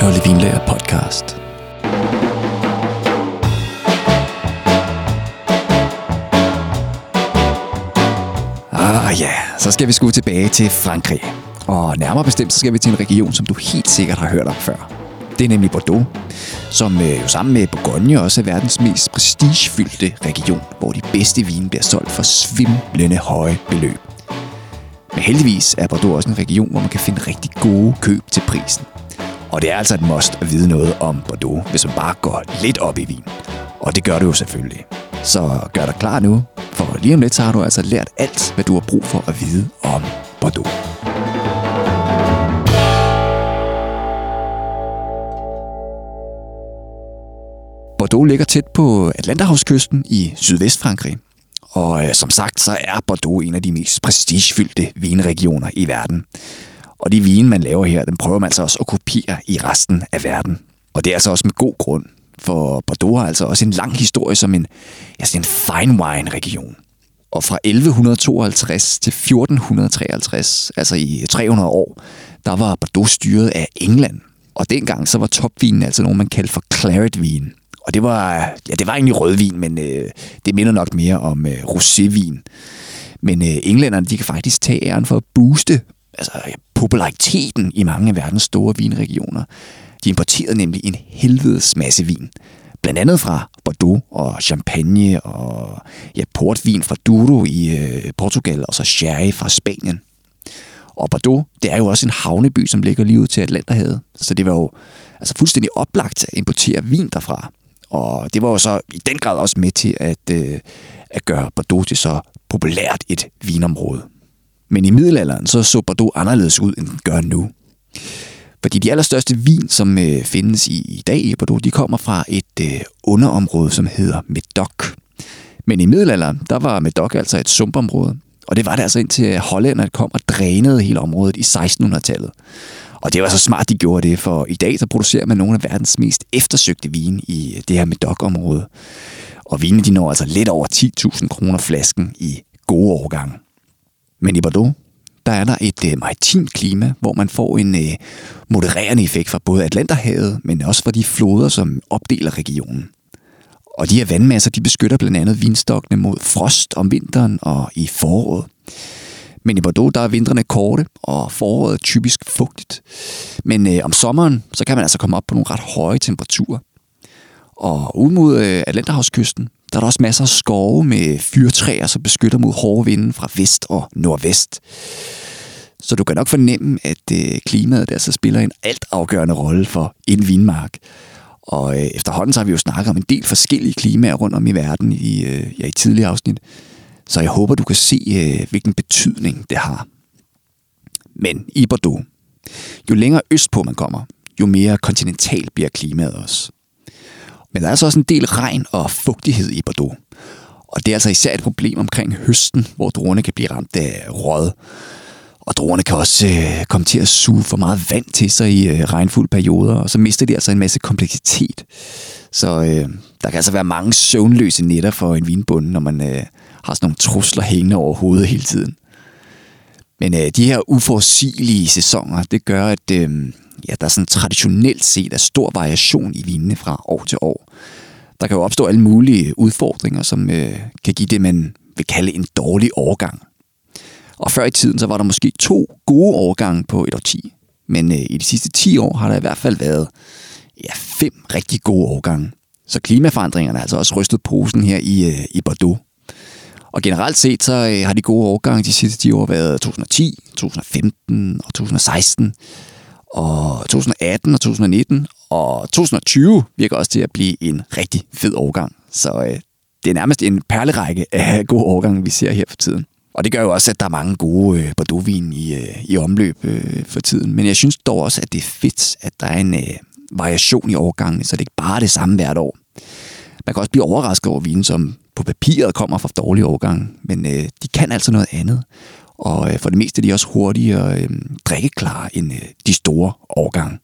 Kolde Vinlager podcast. Ja, så skal vi sgu tilbage til Frankrig. Og nærmere bestemt, så skal vi til en region, som du helt sikkert har hørt om før. Det er nemlig Bordeaux, som jo sammen med Bourgogne også er verdens mest prestigefyldte region, hvor de bedste vine bliver solgt for svimlende høje beløb. Men heldigvis er Bordeaux også en region, hvor man kan finde rigtig gode køb til prisen. Og det er altså et must at vide noget om Bordeaux, hvis man bare går lidt op i vin. Og det gør du jo selvfølgelig. Så gør dig klar nu, for lige om lidt så har du altså lært alt, hvad du har brug for at vide om Bordeaux. Bordeaux ligger tæt på Atlanterhavskysten i Sydvestfrankrig. Og som sagt, så er Bordeaux en af de mest prestigefyldte vinregioner i verden. Og de vine, man laver her, dem prøver man altså også at kopiere i resten af verden. Og det er altså også med god grund, for Bordeaux har altså også en lang historie som en fine wine-region. Og fra 1152 til 1453, altså i 300 år, der var Bordeaux styret af England. Og dengang så var topvinen altså noget, man kaldte for claret-vin. Og det var egentlig rødvin, men det minder nok mere om rosévin. Men englænderne, de kan faktisk tage æren for at booste populariteten i mange af verdens store vinregioner. De importerede nemlig en helvedes masse vin. Blandt andet fra Bordeaux og Champagne og portvin fra Douro i Portugal og så sherry fra Spanien. Og Bordeaux, det er jo også en havneby, som ligger lige ud til Atlanterhavet. Så det var jo fuldstændig oplagt at importere vin derfra. Og det var jo så i den grad også med til at gøre Bordeaux til så populært et vinområde. Men i middelalderen så Bordeaux anderledes ud, end den gør nu. Fordi de allerstørste vin, som findes i dag i Bordeaux, de kommer fra et underområde, som hedder Médoc. Men i middelalderen, der var Médoc altså et sumpområde. Og det var det altså indtil hollænderne kom og drænede hele området i 1600-tallet. Og det var så smart, de gjorde det, for i dag så producerer man nogle af verdens mest eftersøgte vine i det her Médoc-område. Og vinene, de når altså lidt over 10.000 kroner flasken i gode årgange. Men i Bordeaux, der er der et maritimt klima, hvor man får en modererende effekt fra både Atlanterhavet, men også fra de floder, som opdeler regionen. Og de her vandmasser, de beskytter blandt andet vinstokkene mod frost om vinteren og i foråret. Men i Bordeaux, der er vintrene korte, og foråret typisk fugtigt. Men om sommeren, så kan man altså komme op på nogle ret høje temperaturer. Og ud mod Atlanterhavskysten, der er der også masser af skove med fyrtræer, som beskytter mod hårde vinde fra vest og nordvest. Så du kan nok fornemme, at klimaet der så spiller en altafgørende rolle for en vinmark. Og efterhånden så har vi jo snakket om en del forskellige klimaer rundt om i verden i tidligere afsnit. Så jeg håber, du kan se, hvilken betydning det har. Men i Bordeaux, jo længere østpå man kommer, jo mere kontinentalt bliver klimaet også. Men der er altså også en del regn og fugtighed i Bordeaux. Og det er altså især et problem omkring høsten, hvor druerne kan blive ramt af råd. Og druerne kan også komme til at suge for meget vand til sig i regnfulde perioder, og så mister de altså en masse kompleksitet. Så der kan altså være mange søvnløse nætter for en vinbonde, når man har sådan nogle trusler hængende over hovedet hele tiden. Men de her uforudsigelige sæsoner, det gør, at der sådan traditionelt set er stor variation i vinene fra år til år. Der kan jo opstå alle mulige udfordringer, som kan give det, man vil kalde en dårlig årgang. Og før i tiden, så var der måske 2 gode årgange på et årti. Men i de sidste 10 år har der i hvert fald været 5 rigtig gode årgange. Så klimaforandringerne har altså også rystet posen her i Bordeaux. Og generelt set, så har de gode årgange de sidste 10 år været 2010, 2015 og 2016. Og 2018 og 2019 og 2020 virker også til at blive en rigtig fed årgang. Så det er nærmest en perlerække af gode årgange, vi ser her for tiden. Og det gør jo også, at der er mange gode Bordeaux-vin i omløb for tiden. Men jeg synes dog også, at det er fedt, at der er en variation i årgangene, så det ikke bare er det samme hvert år. Man kan også blive overrasket over vinen, som på papiret kommer fra dårlige årgange, men de kan altså noget andet. Og for det meste er de også hurtigere drikkeklare end de store årgange.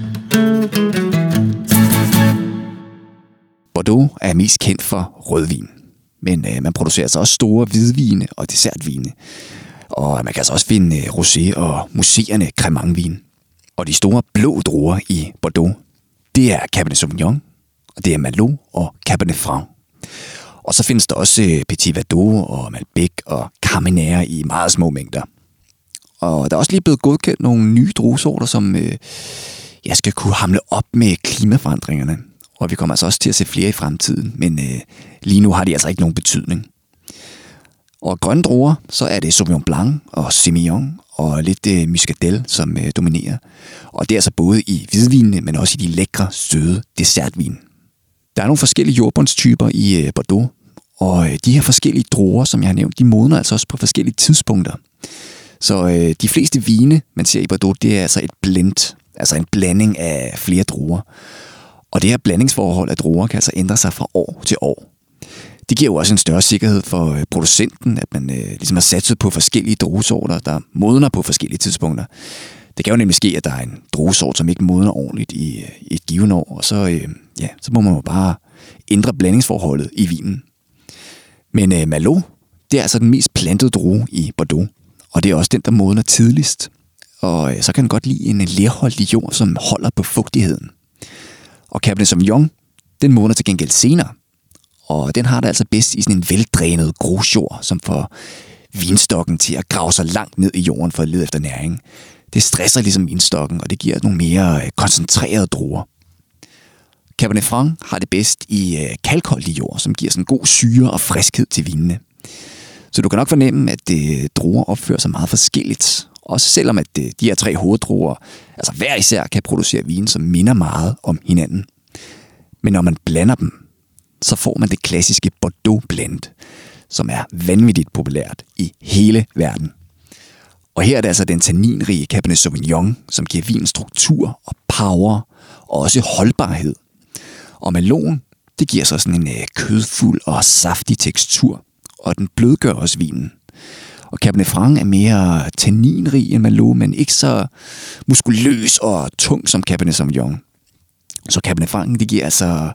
Bordeaux er mest kendt for rødvin, men man producerer altså også store hvidvine og dessertvine. Og man kan altså også finde rosé og museerne cremantevin. Og de store blå druer i Bordeaux, det er Cabernet Sauvignon, og det er Merlot og Cabernet Franc. Og så findes der også Petit Verdot og Malbec og Carmenère i meget små mængder. Og der er også lige blevet godkendt nogle nye druesorter, som skal kunne hamle op med klimaforandringerne. Og vi kommer altså også til at se flere i fremtiden, men lige nu har de altså ikke nogen betydning. Og grønne druer, så er det Sauvignon Blanc og Semillon og lidt Muscadel, som dominerer. Og det er altså både i hvidvinene, men også i de lækre, søde dessertvine. Der er nogle forskellige jordbundstyper i Bordeaux, og de her forskellige druer, som jeg har nævnt, de modner altså også på forskellige tidspunkter. Så de fleste vine, man ser i Bordeaux, det er altså et blend, altså en blanding af flere druer. Og det her blandingsforhold af druer kan altså ændre sig fra år til år. Det giver jo også en større sikkerhed for producenten, at man ligesom har satset på forskellige druesorter, der modner på forskellige tidspunkter. Det kan jo nemlig ske, at der er en druesort, som ikke modner ordentligt i et givet år, og så må man jo bare ændre blandingsforholdet i vinen. Men Merlot, det er altså den mest plantede drue i Bordeaux, og det er også den, der modner tidligst. Og så kan den godt lide en lerholdig jord, som holder på fugtigheden. Og Cabernet Sauvignon, den modner til gengæld senere, og den har det altså bedst i sådan en veldrænet grusjord, som får vinstokken til at grave sig langt ned i jorden for at lede efter næring. Det stresser ligesom vinstokken, og det giver nogle mere koncentrerede druer. Cabernet Franc har det bedst i kalkholdig jord, som giver sådan god syre og friskhed til vinene. Så du kan nok fornemme, at druer opfører sig meget forskelligt. Også selvom at de her 3 hoveddruer, altså hver især, kan producere vin, som minder meget om hinanden. Men når man blander dem, så får man det klassiske Bordeaux blend, som er vanvittigt populært i hele verden. Og her er det altså den tanninrige Cabernet Sauvignon, som giver vinen struktur og power, og også holdbarhed. Og Merlot, det giver så sådan en kødfuld og saftig tekstur, og den blødgør også vinen. Og Cabernet Franc er mere tanninrig end Merlot, men ikke så muskuløs og tung som Cabernet Sauvignon. Så Cabernet Franc, det giver altså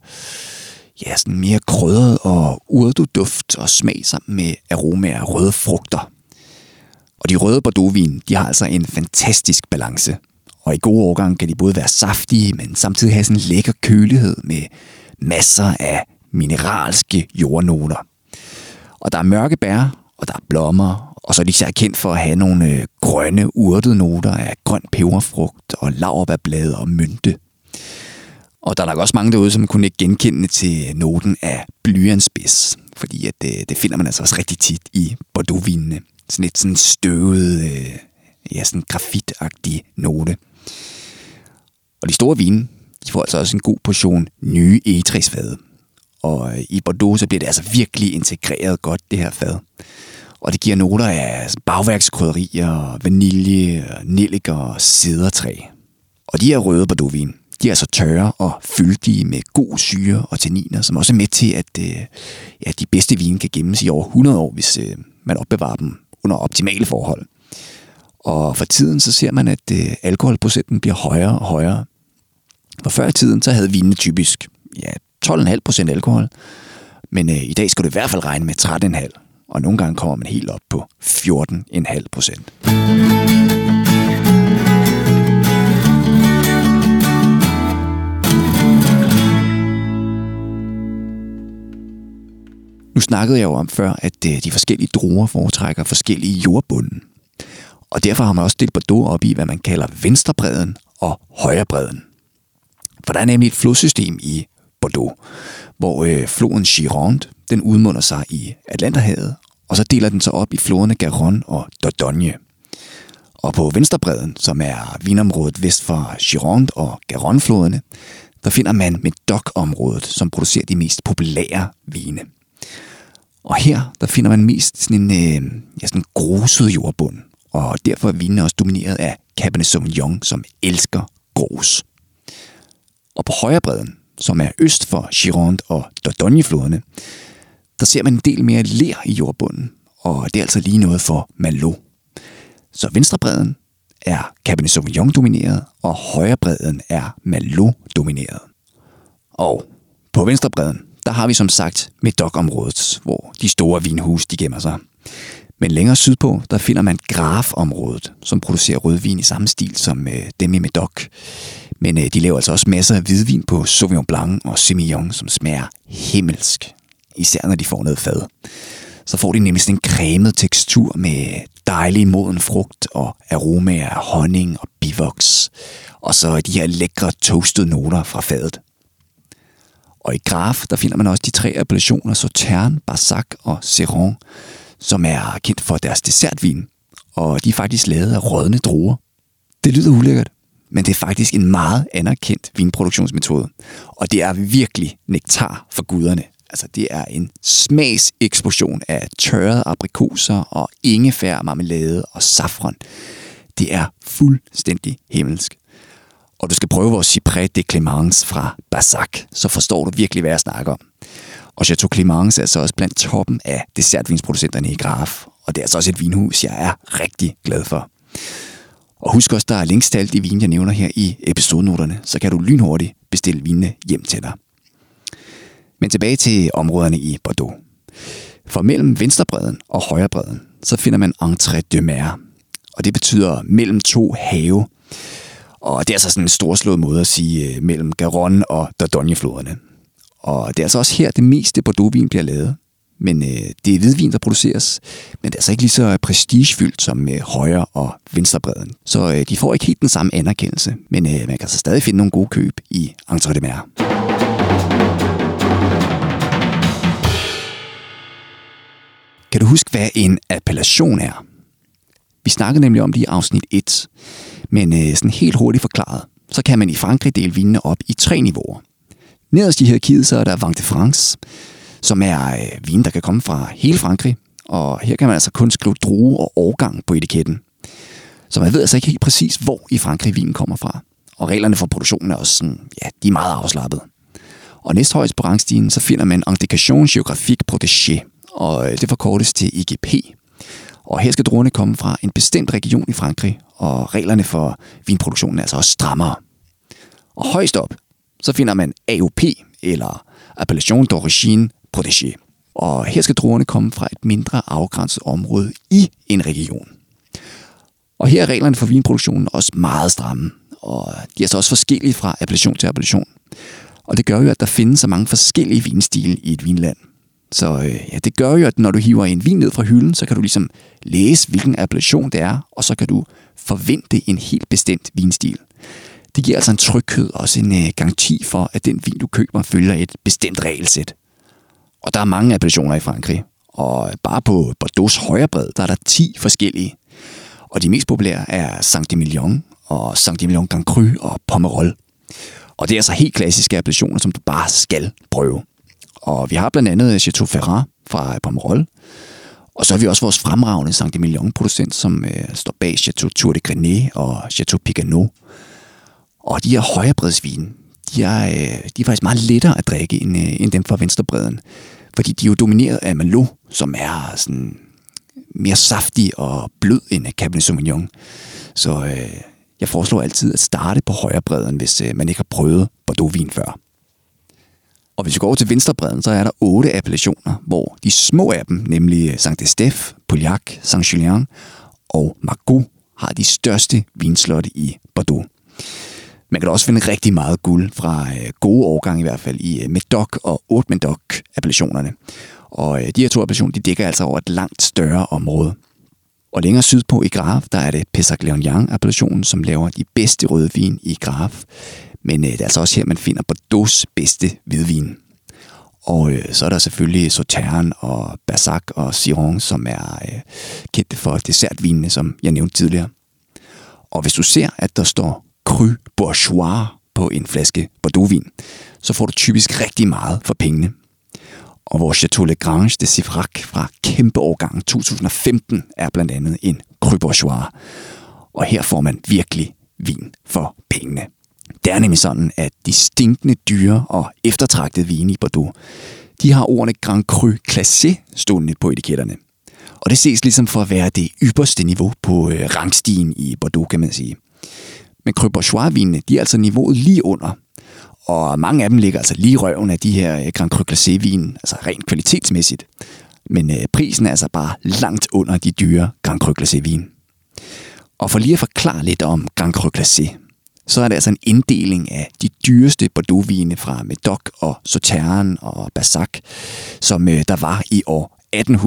sådan mere krydret og urteduft og smag sammen med aromaer af røde frugter. Og de røde Bordeaux-vin, de har altså en fantastisk balance. Og i gode årgange kan de både være saftige, men samtidig have sådan en lækker kølighed med masser af mineralske jordnoter. Og der er mørke bær, og der er blommer, og så er de især kendt for at have nogle grønne, urtede noter af grøn peberfrugt og laurbærblade og mynte. Og der er nok også mange derude, som kunne ikke genkende til noten af blyantsspids, fordi at det finder man altså også rigtig tit i Bordeaux-vinene. Sådan et sådan støvet, sådan grafitagtig note. Og de store vine, de får altså også en god portion nye egetræsfade. Og i Bordeaux, så bliver det altså virkelig integreret godt, det her fad. Og det giver noter af bagværkskrydderier, vanilje, nellik og cedertræ. Og de her røde Bordeaux-vin, de er altså tørre og fyldige med god syre og tanniner, som også er med til, at de bedste vine kan gemmes i over 100 år, hvis man opbevarer dem under optimale forhold. Og for tiden så ser man, at alkoholprocenten bliver højere og højere. For før i tiden, så havde vinene typisk 12,5% alkohol, men i dag skal du i hvert fald regne med 13,5%, og nogle gange kommer man helt op på 14,5%. Nu snakkede jeg jo om før, at de forskellige druer foretrækker forskellige jordbunden. Og derfor har man også delt Bordeaux op i, hvad man kalder venstrebredden og højrebredden. For der er nemlig et flodsystem i Bordeaux, hvor floden Gironde, den udmunder sig i Atlanterhavet, og så deler den sig op i floderne Garonne og Dordogne. Og på venstrebredden, som er vinområdet vest for Gironde og Garonne-floderne, der finder man Médoc-området, som producerer de mest populære vine. Og her, der finder man mest sådan en gruset jordbund, og derfor er vinene også domineret af Cabernet Sauvignon, som elsker grus. Og på højrebredden, som er øst for Gironde og Dordogne-floderne, der ser man en del mere ler i jordbunden, og det er altså lige noget for Merlot. Så venstrebredden er Cabernet Sauvignon domineret, og højrebredden er Merlot domineret. Og på venstrebredden, der har vi som sagt Médoc-området, hvor de store vinhuse de gemmer sig. Men længere sydpå, der finder man Graf-området, som producerer rødvin i samme stil som dem i Médoc. Men de laver altså også masser af hvidvin på Sauvignon Blanc og Semillon, som smager himmelsk. Især når de får noget fad. Så får de nemlig sådan en cremet tekstur med dejlig moden frugt og aromaer af honning og bivoks. Og så de her lækre toastede noter fra fadet. Og i Graf, der finder man også de 3 appellationer Sauternes, Barsac og Syrah, som er kendt for deres dessertvin. Og de er faktisk lavet af rådne druer. Det lyder ulækkert, men det er faktisk en meget anerkendt vinproduktionsmetode. Og det er virkelig nektar for guderne. Altså det er en smagseksplosion af tørrede aprikoser og ingefær, marmelade og safran. Det er fuldstændig himmelsk. Og du skal prøve vores Cyprès de Clémence fra Barsac, så forstår du virkelig, hvad jeg snakker om. Og Chateau Clémence er så også blandt toppen af dessertvinsproducenterne i Graf. Og det er altså også et vinhus, jeg er rigtig glad for. Og husk også, der er links til alle de vine, jeg nævner her i episodenoterne, så kan du lynhurtigt bestille vinene hjem til dig. Men tilbage til områderne i Bordeaux. For mellem venstrebredden og højrebredden, så finder man Entre deux Mers. Og det betyder mellem 2 have. Og det er altså sådan en storslået måde at sige mellem Garonne og Dordogne-floderne. Og det er altså også her, det meste Bordeaux-vin bliver lavet. Men det er hvidvin, der produceres. Men det er altså ikke lige så prestigefyldt som højre- og venstrebredden. Så de får ikke helt den samme anerkendelse. Men man kan så stadig finde nogle gode køb i Entre deux Mers. Kan du huske, hvad en appellation er? Vi snakkede nemlig om det i afsnit 1. Men sådan helt hurtigt forklaret, så kan man i Frankrig dele vinene op i 3 niveauer. Nederst i hierarkiet så er der Vin de France, som er vin, der kan komme fra hele Frankrig. Og her kan man altså kun skrive drue og årgang på etiketten. Så man ved altså ikke helt præcis, hvor i Frankrig vinen kommer fra. Og reglerne for produktionen er også sådan, ja, de er meget afslappet. Og næsthøjst på rangstigen, så finder man Indication Géographique Protégée, og det forkortes til IGP. Og her skal druerne komme fra en bestemt region i Frankrig, og reglerne for vinproduktionen er altså også strammere. Og højst op, så finder man AOP, eller Appellation d'Origine Protégée. Og her skal druerne komme fra et mindre afgrænset område i en region. Og her er reglerne for vinproduktionen også meget stramme, og de er så også forskellige fra appellation til appellation. Og det gør jo, at der findes så mange forskellige vinstile i et vinland. Så ja, det gør jo, at når du hiver en vin ned fra hylden, så kan du ligesom læse, hvilken appellation det er, og så kan du forvente en helt bestemt vinstil. Det giver altså en tryghed og også en garanti for, at den vin, du køber, følger et bestemt regelsæt. Og der er mange appellationer i Frankrig, og bare på Bordeaux højre bred, der er der 10 forskellige. Og de mest populære er Saint-Emilion og Saint-Emilion Grand Cru og Pomerol. Og det er altså helt klassiske appellationer, som du bare skal prøve. Og vi har blandt andet Chateau Ferrat fra Pomerol. Og så har vi også vores fremragende Saint-Emilion-producent, som står bag Chateau Tour de Grenet og Chateau Picano. Og de her højrebredsvine, de er faktisk meget lettere at drikke end dem fra venstrebredden. Fordi de er jo domineret af Merlot, som er sådan mere saftig og blød end Cabernet Sauvignon. Så jeg foreslår altid at starte på højrebredden, hvis man ikke har prøvet Bordeaux-vin før. Og hvis vi går over til venstrebredden, så er der 8 appellationer, hvor de små af dem, nemlig Saint-Estèphe, Pauillac, Saint-Julien og Margaux, har de største vinslotte i Bordeaux. Man kan da også finde rigtig meget guld fra gode årgange i hvert fald i Médoc og Haut-Médoc-appellationerne. Og de her 2 appellationer, de dækker altså over et langt større område. Og længere sydpå i Graf, der er det Pessac-Léognan-appellationen, som laver de bedste rødvin i Graf. Men det er altså også her, man finder Bordeaux' bedste hvidvin. Og så er der selvfølgelig Sauternes og Barsac og Syrah, som er kendte for dessertvinene, som jeg nævnte tidligere. Og hvis du ser, at der står Cru Bourgeois på en flaske Bordeaux-vin, så får du typisk rigtig meget for pengene. Og vores Chateau Lagrange de Sivrac fra kæmpe årgang 2015 er blandt andet en Cru Bourgeois. Og her får man virkelig vin for pengene. Det er nemlig sådan, at de stinkende dyre og eftertragtede vine i Bordeaux, de har ordene Grand Cru Classé stående på etiketterne. Og det ses ligesom for at være det ypperste niveau på rangstigen i Bordeaux, kan man sige. Men Cru Bourgeois-vinene, de er altså niveauet lige under. Og mange af dem ligger altså lige i røven af de her Grand Cru Classé-vin, altså rent kvalitetsmæssigt. Men prisen er altså bare langt under de dyre Grand Cru Glacé-vin. Og for lige at forklare lidt om Grand Cru Glacé, så er det altså en inddeling af de dyreste Bordeaux-vine fra Médoc og Sauternes og Bassac, som der var i år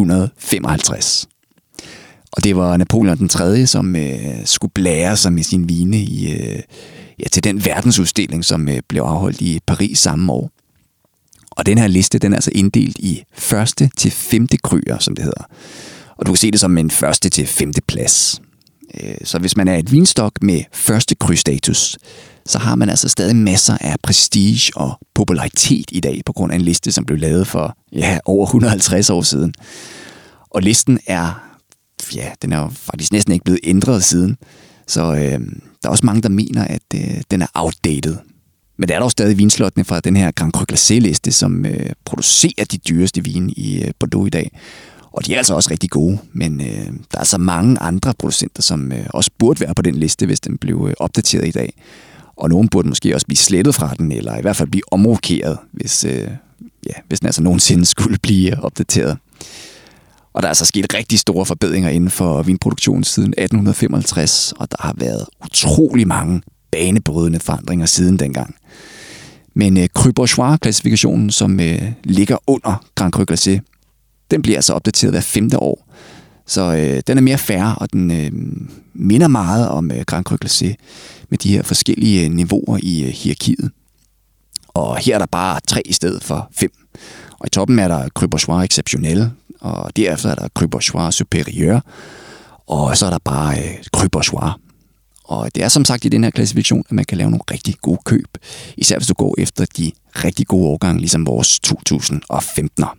1855. Og det var Napoleon den 3., som skulle blære sig med sine vine til den verdensudstilling, som blev afholdt i Paris samme år. Og den her liste, den er altså inddelt i 1. til 5. kryer, som det hedder. Og du kan se det som en 1. til 5. plads. Så hvis man er et vinstok med 1. kry-status, så har man altså stadig masser af prestige og popularitet i dag, på grund af en liste, som blev lavet for over 150 år siden. Og listen den er jo faktisk næsten ikke blevet ændret siden. Så der er også mange, der mener, at den er outdated. Men der er dog stadig vinslottene fra den her Grand Cru Glacé-liste, som producerer de dyreste vine i Bordeaux i dag. Og de er altså også rigtig gode, men der er så mange andre producenter, som også burde være på den liste, hvis den blev opdateret i dag. Og nogen burde måske også blive slettet fra den, eller i hvert fald blive omrokeret, hvis den altså nogensinde skulle blive opdateret. Og der er altså sket rigtig store forbedringer inden for vinproduktionen siden 1855, og der har været utrolig mange banebrydende forandringer siden dengang. Men Cru Bourgeois-klassifikationen, som ligger under Grand Cru Glacé, den bliver altså opdateret hver 5. år. Så den er mere fair, og den minder meget om Grand Cru Glacé med de her forskellige niveauer i hierarkiet. Og her er der bare 3 i stedet for 5. Og i toppen er der Cru Bourgeois Exceptionnel, og derefter er der Cru Bourgeois Supérieur, og så er der bare Cru Bourgeois. Og det er som sagt i den her klassifikation, at man kan lave nogle rigtig gode køb, især hvis du går efter de rigtig gode årgange, ligesom vores 2015'er.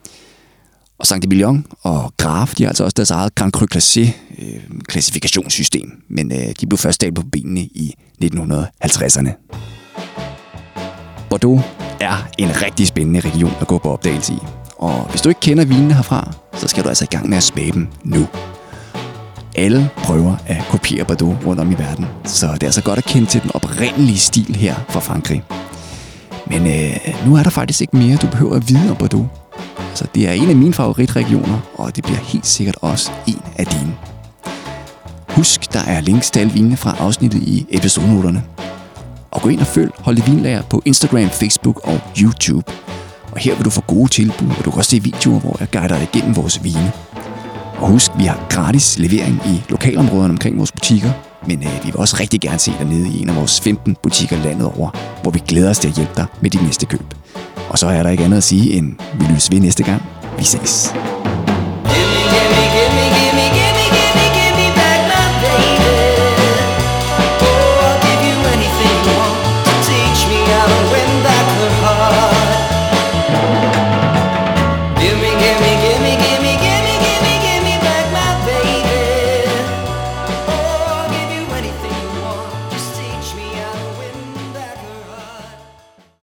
Og Saint-Emilion og Graf, de har altså også deres eget Grand Cru Glacé klassifikationssystem, men de blev først stablet på benene i 1950'erne. Bordeaux er en rigtig spændende region at gå på opdagelse i. Og hvis du ikke kender vinene herfra, så skal du altså i gang med at smage dem nu. Alle prøver at kopiere Bordeaux rundt om i verden, så det er altså godt at kende til den oprindelige stil her fra Frankrig. Men nu er der faktisk ikke mere, du behøver at vide om Bordeaux. Så det er en af mine favoritregioner, og det bliver helt sikkert også en af dine. Husk, der er links til alle vinene fra afsnittet i episodenoterne. Og gå ind og følg Holte Vinlager på Instagram, Facebook og YouTube. Og her vil du få gode tilbud, og du kan også se videoer, hvor jeg guider dig igennem vores vine. Og husk, vi har gratis levering i lokalområderne omkring vores butikker, men vi vil også rigtig gerne se dig nede i en af vores 15 butikker landet over, hvor vi glæder os til at hjælpe dig med dit næste køb. Og så er der ikke andet at sige end, vi lyttes ved næste gang. Vi ses.